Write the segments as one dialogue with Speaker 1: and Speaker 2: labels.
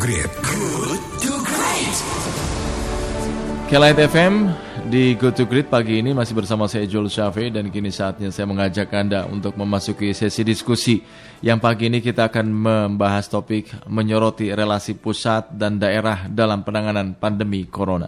Speaker 1: Great. Good to Great.
Speaker 2: Kelight FM di Good to Great pagi ini masih bersama saya Joel Syafi, dan kini saatnya saya mengajak Anda untuk memasuki sesi diskusi yang pagi ini kita akan membahas topik menyoroti relasi pusat dan daerah dalam penanganan pandemi Corona.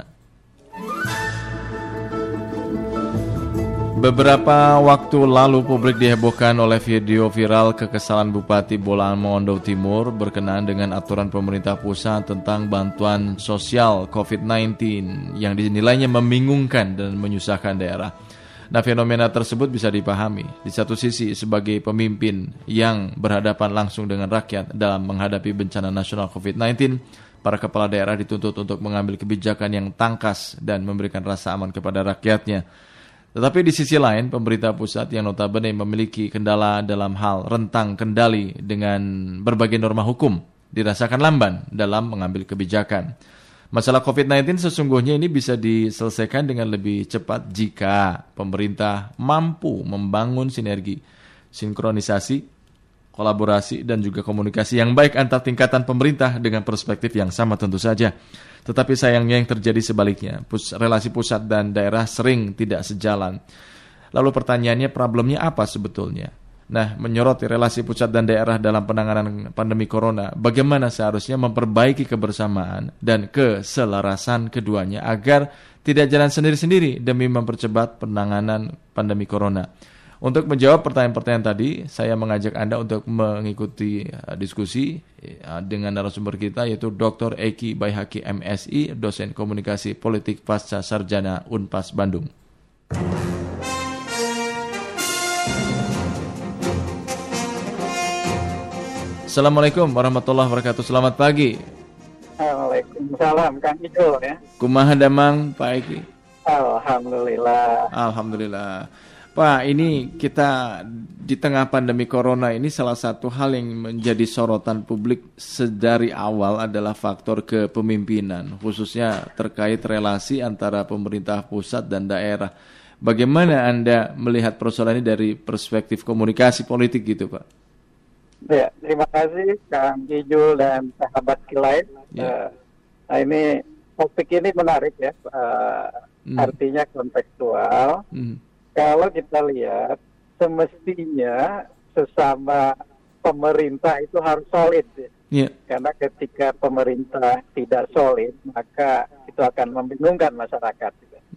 Speaker 2: Beberapa waktu lalu publik dihebohkan oleh video viral kekesalan Bupati Bolaan Mongondo Timur berkenaan dengan aturan pemerintah pusat tentang bantuan sosial COVID-19 yang dinilainya membingungkan dan menyusahkan daerah. Nah, fenomena tersebut bisa dipahami. Di satu sisi, sebagai pemimpin yang berhadapan langsung dengan rakyat dalam menghadapi bencana nasional COVID-19, para kepala daerah dituntut untuk mengambil kebijakan yang tangkas dan memberikan rasa aman kepada rakyatnya. Tetapi di sisi lain, pemerintah pusat yang notabene memiliki kendala dalam hal rentang kendali dengan berbagai norma hukum dirasakan lamban dalam mengambil kebijakan. Masalah COVID-19 sesungguhnya ini bisa diselesaikan dengan lebih cepat jika pemerintah mampu membangun sinergi, sinkronisasi, kolaborasi, dan juga komunikasi yang baik antar tingkatan pemerintah dengan perspektif yang sama tentu saja. Tetapi sayangnya yang terjadi sebaliknya, relasi pusat dan daerah sering tidak sejalan. Lalu pertanyaannya, problemnya apa sebetulnya? Nah, menyoroti relasi pusat dan daerah dalam penanganan pandemi Corona, bagaimana seharusnya memperbaiki kebersamaan dan keselarasan keduanya agar tidak jalan sendiri-sendiri demi mempercepat penanganan pandemi Corona. Untuk menjawab pertanyaan-pertanyaan tadi, saya mengajak Anda untuk mengikuti diskusi dengan narasumber kita, yaitu Dr. Eki Baihaki MSI, dosen komunikasi politik pasca sarjana Unpas Bandung. Assalamualaikum warahmatullahi wabarakatuh. Selamat pagi.
Speaker 3: Waalaikumsalam, Kang Ijul ya.
Speaker 2: Kumaha damang, Pak Eki?
Speaker 3: Alhamdulillah.
Speaker 2: Alhamdulillah. Pak, ini kita di tengah pandemi Corona ini salah satu hal yang menjadi sorotan publik sedari awal adalah faktor kepemimpinan, khususnya terkait relasi antara pemerintah pusat dan daerah. Bagaimana Anda melihat persoalan ini dari perspektif komunikasi politik gitu, Pak?
Speaker 3: Ya, terima kasih Kang Ijul dan sahabat Kelight.
Speaker 2: Ya.
Speaker 3: Nah, ini topik ini menarik ya, artinya kontekstual. Kalau kita lihat, semestinya sesama pemerintah itu harus solid.
Speaker 2: Yeah.
Speaker 3: Karena ketika pemerintah tidak solid, maka itu akan membingungkan masyarakat.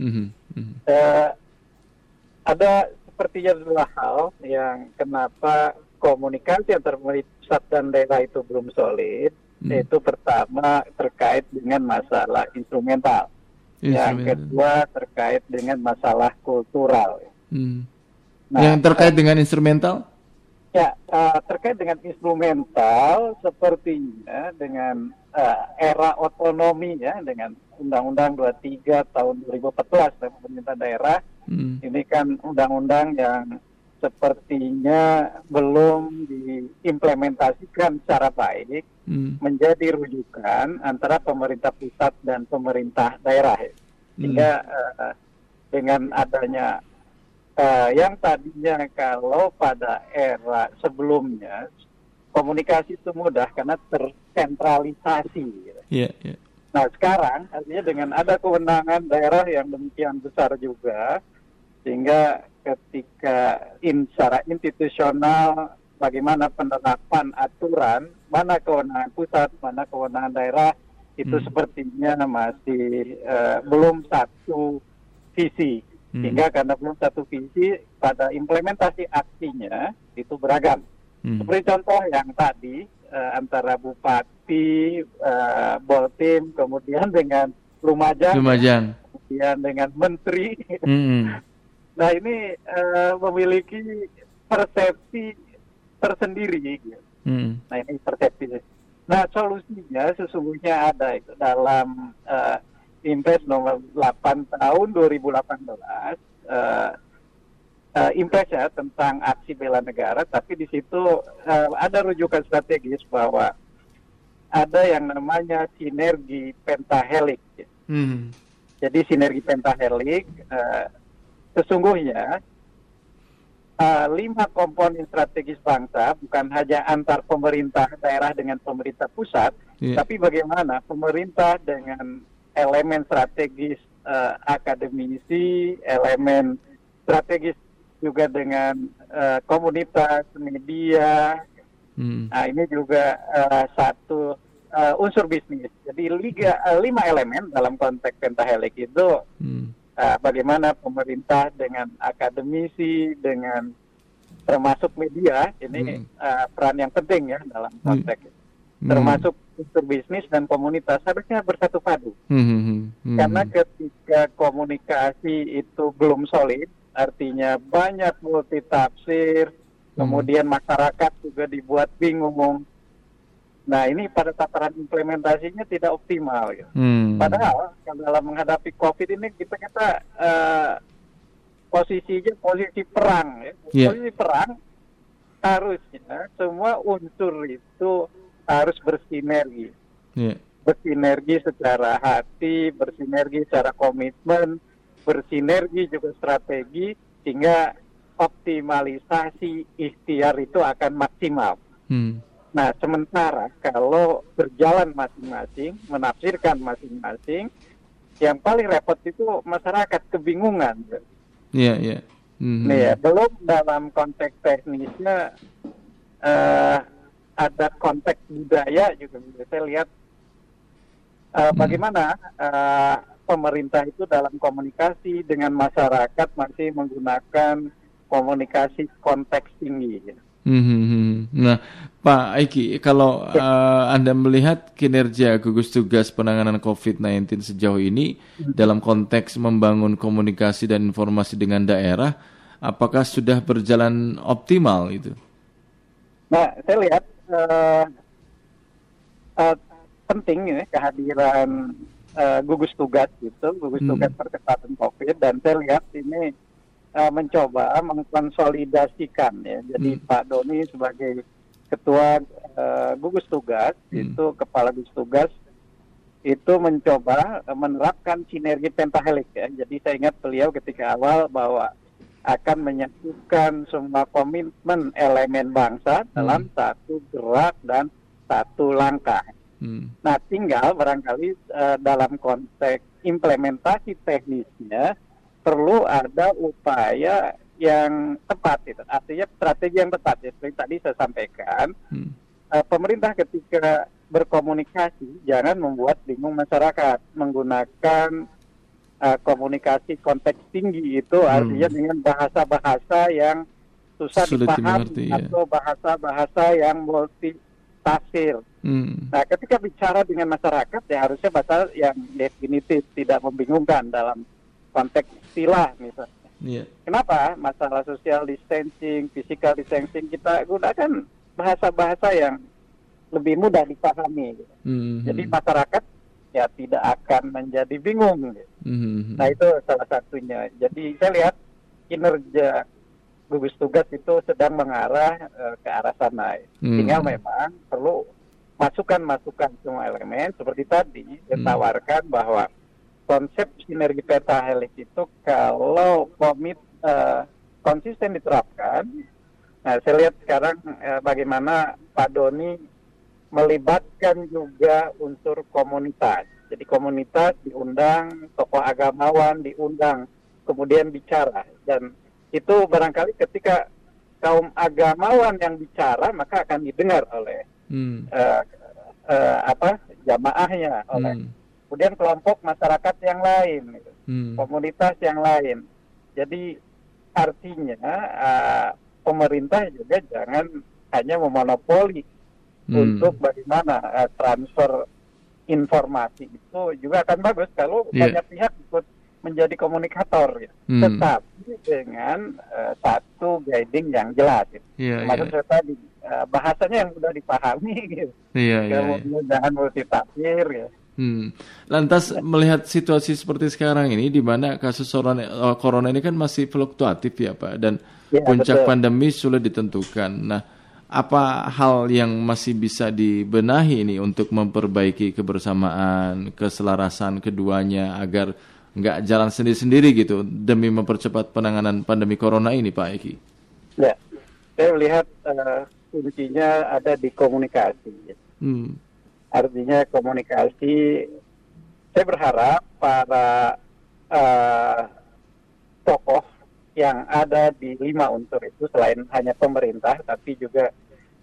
Speaker 3: Ada sepertinya dua hal yang kenapa komunikasi antara pusat dan daerah itu belum solid. Yaitu pertama terkait dengan masalah instrumental. Yang kedua terkait dengan masalah kultural.
Speaker 2: Nah, yang terkait dengan instrumental?
Speaker 3: Ya, terkait dengan instrumental sepertinya dengan era otonomi ya, dengan Undang-Undang 23 tahun 2014 tentang pemerintah daerah. Ini kan undang-undang yang sepertinya belum diimplementasikan secara baik menjadi rujukan antara pemerintah pusat dan pemerintah daerah. Sehingga dengan adanya yang tadinya kalau pada era sebelumnya komunikasi itu mudah karena tersentralisasi.
Speaker 2: Yeah.
Speaker 3: Nah sekarang artinya dengan ada kewenangan daerah yang demikian besar juga, sehingga ketika secara institusional bagaimana penerapan aturan, mana kewenangan pusat, mana kewenangan daerah, itu sepertinya masih belum satu visi. Sehingga karena belum satu visi, pada implementasi aksinya itu beragam. Seperti contoh yang tadi, antara Bupati, Boltim, kemudian dengan Lumajang. Kemudian dengan Menteri. Nah ini memiliki persepsi tersendiri. Nah ini persepsi. Nah solusinya sesungguhnya ada itu dalam Impres nomor 8 tahun 2018, Impres ya tentang aksi bela negara, tapi di situ ada rujukan strategis bahwa ada yang namanya sinergi pentahelik. Jadi sinergi pentahelik sesungguhnya 5 komponen strategis bangsa, bukan hanya antar pemerintah daerah dengan pemerintah pusat, tapi bagaimana pemerintah dengan elemen strategis akademisi, elemen strategis juga dengan komunitas, media. Nah, ini juga satu unsur bisnis. Jadi 5 elemen dalam konteks pentahelix itu bagaimana pemerintah dengan akademisi, dengan termasuk media, ini peran yang penting ya dalam konteks termasuk unsur bisnis dan komunitas harusnya bersatu padu. Karena ketika komunikasi itu belum solid, artinya banyak multitafsir, kemudian masyarakat juga dibuat bingung. Nah, ini pada tataran implementasinya tidak optimal. Ya. Padahal dalam menghadapi COVID ini kita posisinya posisi perang. Ya. Posisi perang harusnya semua unsur itu harus bersinergi. Bersinergi secara hati, bersinergi secara komitmen, bersinergi juga strategi, sehingga optimalisasi ikhtiar itu akan maksimal. Nah, sementara kalau berjalan masing-masing, menafsirkan masing-masing, yang paling repot itu masyarakat kebingungan.
Speaker 2: Iya.
Speaker 3: Nih, belum dalam konteks teknisnya ada konteks budaya juga. Saya lihat bagaimana pemerintah itu dalam komunikasi dengan masyarakat masih menggunakan komunikasi konteks tinggi.
Speaker 2: Nah, Pak Aiki, kalau Anda melihat kinerja gugus tugas penanganan COVID-19 sejauh ini dalam konteks membangun komunikasi dan informasi dengan daerah, apakah sudah berjalan optimal itu?
Speaker 3: Nah, saya lihat penting ya kehadiran gugus tugas tugas percepatan COVID, dan saya lihat ini mencoba mengkonsolidasikan ya. Jadi Pak Doni sebagai ketua gugus tugas itu kepala gugus tugas itu mencoba menerapkan sinergi pentahelix ya. Jadi saya ingat beliau ketika awal bahwa akan menyatukan semua komitmen elemen bangsa dalam satu gerak dan satu langkah. Nah, tinggal barangkali dalam konteks implementasi teknisnya perlu ada upaya yang tepat itu. Artinya strategi yang tepat ya. Seperti tadi saya sampaikan, pemerintah ketika berkomunikasi jangan membuat bingung masyarakat. Menggunakan komunikasi konteks tinggi itu artinya dengan bahasa-bahasa yang susah dipahami atau bahasa-bahasa yang multitafsir. Nah, ketika bicara dengan masyarakat ya harusnya bahasa yang definitif, tidak membingungkan dalam konteks istilah misalnya. Kenapa masalah social distancing, physical distancing kita gunakan bahasa-bahasa yang lebih mudah dipahami. Jadi masyarakat ya tidak akan menjadi bingung. Nah, itu salah satunya. Jadi saya lihat kinerja gugus tugas itu sedang mengarah ke arah sana. Tinggal memang perlu masukan-masukan semua elemen seperti tadi ditawarkan bahwa konsep sinergi pentahelix itu kalau konsisten diterapkan. Nah, saya lihat sekarang bagaimana Pak Doni melibatkan juga unsur komunitas. Jadi komunitas diundang, tokoh agamawan diundang, kemudian bicara. Dan itu barangkali ketika kaum agamawan yang bicara, maka akan didengar oleh jamaahnya, oleh kemudian kelompok masyarakat yang lain, komunitas yang lain. Jadi artinya pemerintah juga jangan hanya memonopoli untuk bagaimana transfer informasi itu juga akan bagus kalau banyak pihak ikut menjadi komunikator, ya. Tetapi dengan satu guiding yang jelas. Maksud saya tadi bahasanya yang mudah dipahami, gitu. Kemudian jangan multitafsir, ya.
Speaker 2: Lantas melihat situasi seperti sekarang ini, di mana kasus corona ini kan masih fluktuatif ya Pak, dan puncak pandemi sulit ditentukan. Nah, apa hal yang masih bisa dibenahi ini untuk memperbaiki kebersamaan, keselarasan keduanya agar nggak jalan sendiri-sendiri gitu demi mempercepat penanganan pandemi corona ini, Pak Eki?
Speaker 3: Ya, saya melihat kuncinya ada di komunikasi. Artinya komunikasi, saya berharap para tokoh yang ada di 5 unsur itu selain hanya pemerintah, tapi juga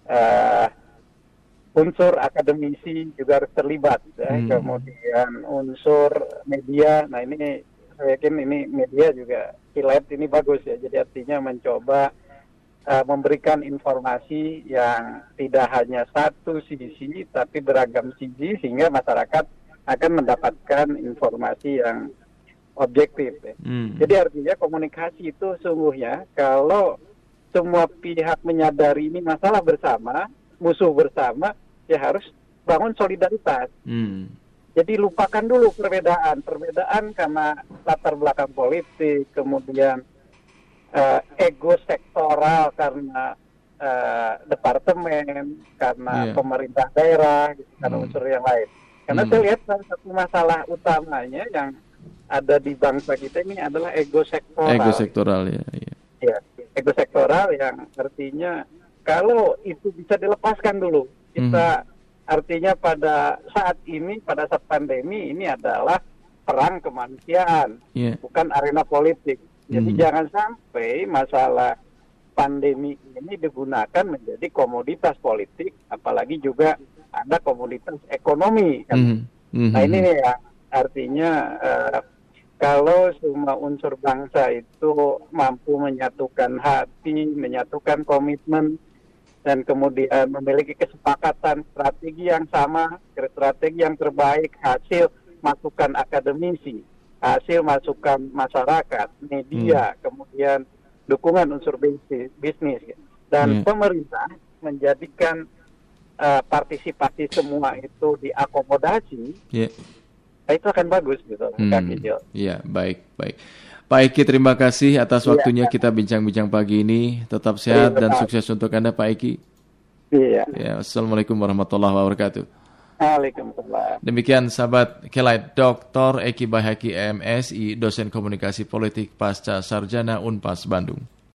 Speaker 3: unsur akademisi juga harus terlibat, kemudian unsur media. Nah ini saya yakin ini media juga highlight ini bagus ya. Jadi artinya mencoba memberikan informasi yang tidak hanya satu sisi, tapi beragam sisi sehingga masyarakat akan mendapatkan informasi yang objektif. Ya. Jadi artinya komunikasi itu sungguhnya kalau semua pihak menyadari ini masalah bersama, musuh bersama, ya harus bangun solidaritas. Jadi lupakan dulu perbedaan karena latar belakang politik, kemudian ego sektoral karena departemen, karena pemerintah daerah, gitu, karena unsur yang lain. Karena saya lihat salah satu masalah utamanya yang ada di bangsa kita ini adalah ego sektoral.
Speaker 2: Ego sektoral ya.
Speaker 3: Ya, ego sektoral yang artinya kalau itu bisa dilepaskan dulu. Kita artinya pada saat ini, pada saat pandemi ini adalah perang kemanusiaan, bukan arena politik. Jadi jangan sampai masalah pandemi ini digunakan menjadi komoditas politik, apalagi juga ada komoditas ekonomi. Kan? Nah ini ya artinya kalau semua unsur bangsa itu mampu menyatukan hati, menyatukan komitmen, dan kemudian memiliki kesepakatan strategi yang sama, strategi yang terbaik, hasil masukan akademisi, hasil masukan masyarakat, media, kemudian dukungan unsur bisnis, dan pemerintah menjadikan partisipasi semua itu diakomodasi, itu akan bagus gitu, Kak Kijil.
Speaker 2: Iya, baik. Pak Eki, terima kasih atas waktunya kita bincang-bincang pagi ini. Tetap sehat dan sukses untuk Anda, Pak Eki.
Speaker 3: Iya.
Speaker 2: Ya, Assalamualaikum warahmatullahi wabarakatuh.
Speaker 3: Waalaikumsalam.
Speaker 2: Demikian sahabat Kelight, Dr. Eki Baihaqi MSI, dosen komunikasi politik pasca sarjana Unpas Bandung.